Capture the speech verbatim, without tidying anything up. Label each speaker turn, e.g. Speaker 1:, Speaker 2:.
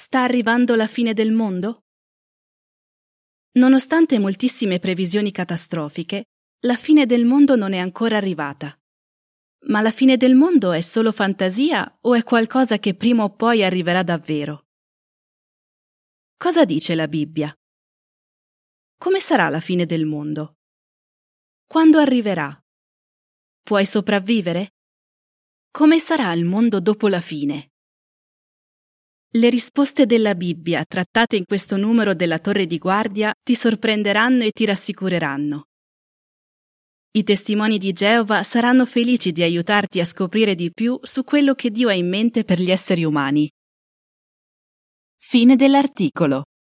Speaker 1: Sta arrivando la fine del mondo? Nonostante moltissime previsioni catastrofiche, la fine del mondo non è ancora arrivata. Ma la fine del mondo è solo fantasia o è qualcosa che prima o poi arriverà davvero? Cosa dice la Bibbia? Come sarà la fine del mondo? Quando arriverà? Puoi sopravvivere? Come sarà il mondo dopo la fine? Le risposte della Bibbia trattate in questo numero della Torre di Guardia ti sorprenderanno e ti rassicureranno. I testimoni di Geova saranno felici di aiutarti a scoprire di più su quello che Dio ha in mente per gli esseri umani. Fine dell'articolo.